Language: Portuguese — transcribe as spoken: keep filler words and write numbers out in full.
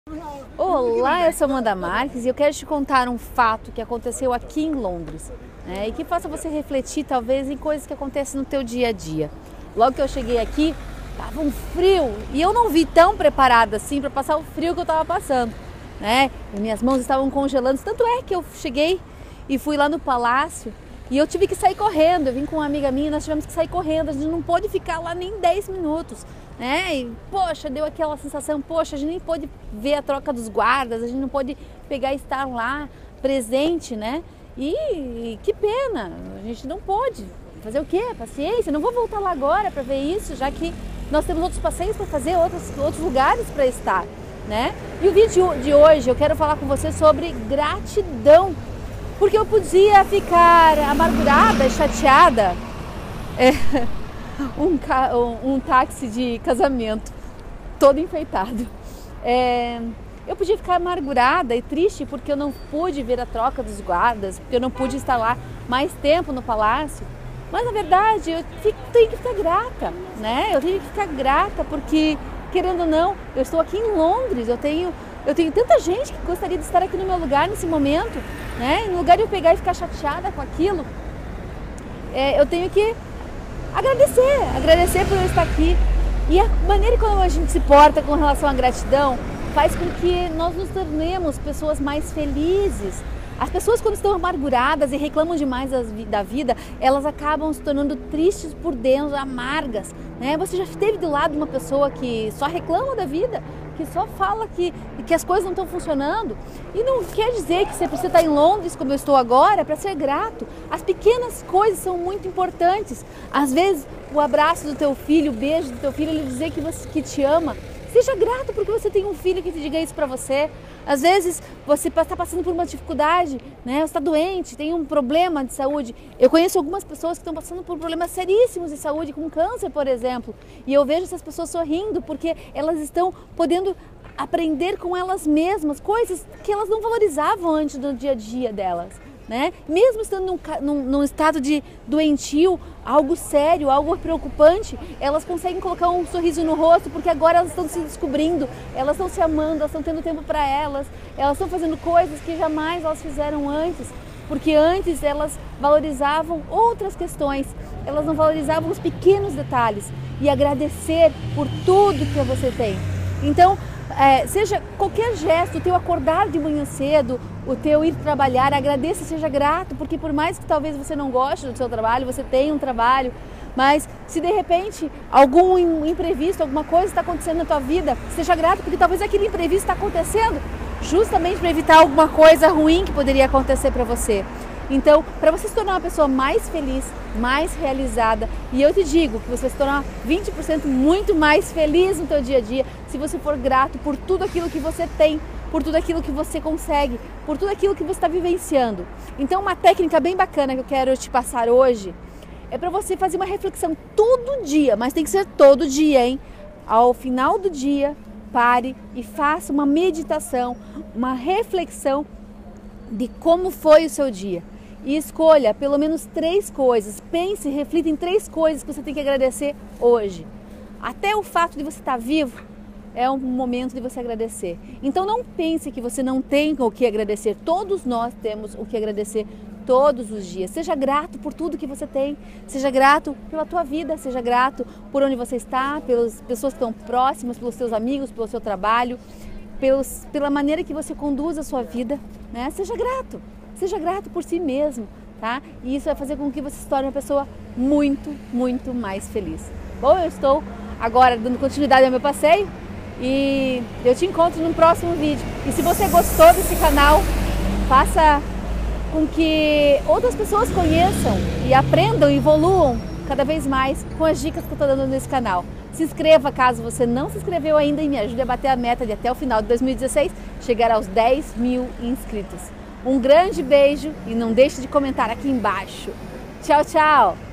Olá, eu sou Amanda Marques e eu quero te contar um fato que aconteceu aqui em Londres, né, e que faça você refletir talvez em coisas que acontecem no teu dia a dia. Logo que eu cheguei aqui, estava um frio e eu não vi tão preparada assim para passar o frio que eu estava passando, né? E minhas mãos estavam congelando, tanto é que eu cheguei e fui lá no palácio e eu tive que sair correndo. Eu vim com uma amiga minha e nós tivemos que sair correndo, a gente não pôde ficar lá nem dez minutos. Né? E, poxa, deu aquela sensação, poxa, a gente nem pôde ver a troca dos guardas, a gente não pôde pegar e estar lá presente, né? E, e que pena, a gente não pôde. Fazer o quê? Paciência, não vou voltar lá agora para ver isso, já que nós temos outros passeios para fazer, outros, outros lugares para estar, né? E o vídeo de hoje eu quero falar com você sobre gratidão, porque eu podia ficar amargurada e chateada. É. Um, um, um táxi de casamento todo enfeitado. É, eu podia ficar amargurada e triste porque eu não pude ver a troca dos guardas, porque eu não pude estar lá mais tempo no palácio, mas na verdade eu fico, tenho que ficar grata, né? Eu tenho que ficar grata porque, querendo ou não, eu estou aqui em Londres, eu tenho, eu tenho tanta gente que gostaria de estar aqui no meu lugar nesse momento, né? No lugar de eu pegar e ficar chateada com aquilo, é, eu tenho que agradecer, agradecer por eu estar aqui. E a maneira como a gente se porta com relação à gratidão faz com que nós nos tornemos pessoas mais felizes. As pessoas, quando estão amarguradas e reclamam demais da vida, elas acabam se tornando tristes por dentro, amargas, né? Você já esteve do lado de uma pessoa que só reclama da vida, que só fala que, que as coisas não estão funcionando? E não quer dizer que você precisa estar em Londres, como eu estou agora, para ser grato. As pequenas coisas são muito importantes. Às vezes, o abraço do teu filho, o beijo do teu filho, ele dizer que, você, que te ama. Seja grato porque você tem um filho que te diga isso para você. Às vezes você está passando por uma dificuldade, né? Você está doente, tem um problema de saúde. Eu conheço algumas pessoas que estão passando por problemas seríssimos de saúde, como câncer, por exemplo. E eu vejo essas pessoas sorrindo porque elas estão podendo aprender com elas mesmas coisas que elas não valorizavam antes do dia a dia delas. Né? Mesmo estando num, num, num estado de doentio, algo sério, algo preocupante, elas conseguem colocar um sorriso no rosto porque agora elas estão se descobrindo, elas estão se amando, elas estão tendo tempo para elas, elas estão fazendo coisas que jamais elas fizeram antes, porque antes elas valorizavam outras questões, elas não valorizavam os pequenos detalhes e agradecer por tudo que você tem. Então, É, seja qualquer gesto, o teu acordar de manhã cedo, o teu ir trabalhar, agradeça, seja grato, porque por mais que talvez você não goste do seu trabalho, você tenha um trabalho, mas se de repente algum imprevisto, alguma coisa está acontecendo na tua vida, seja grato, porque talvez aquele imprevisto está acontecendo justamente para evitar alguma coisa ruim que poderia acontecer para você. Então, para você se tornar uma pessoa mais feliz, mais realizada, e eu te digo que você vai se tornar vinte por cento muito mais feliz no teu dia a dia se você for grato por tudo aquilo que você tem, por tudo aquilo que você consegue, por tudo aquilo que você está vivenciando. Então, uma técnica bem bacana que eu quero te passar hoje é para você fazer uma reflexão todo dia, mas tem que ser todo dia, hein? Ao final do dia, pare e faça uma meditação, uma reflexão de como foi o seu dia. E escolha pelo menos três coisas, pense e reflita em três coisas que você tem que agradecer hoje. Até o fato de você estar vivo é um momento de você agradecer. Então não pense que você não tem o que agradecer, todos nós temos o que agradecer todos os dias. Seja grato por tudo que você tem, seja grato pela tua vida, seja grato por onde você está, pelas pessoas que estão próximas, pelos seus amigos, pelo seu trabalho, pelos, pela maneira que você conduz a sua vida, né? Seja grato. Seja grato por si mesmo, tá? E isso vai fazer com que você se torne uma pessoa muito, muito mais feliz. Bom, eu estou agora dando continuidade ao meu passeio e eu te encontro no próximo vídeo. E se você gostou desse canal, faça com que outras pessoas conheçam e aprendam e evoluam cada vez mais com as dicas que eu estou dando nesse canal. Se inscreva caso você não se inscreveu ainda e me ajude a bater a meta de até o final de dois mil e dezesseis chegar aos dez mil inscritos. Um grande beijo e não deixe de comentar aqui embaixo. Tchau, tchau!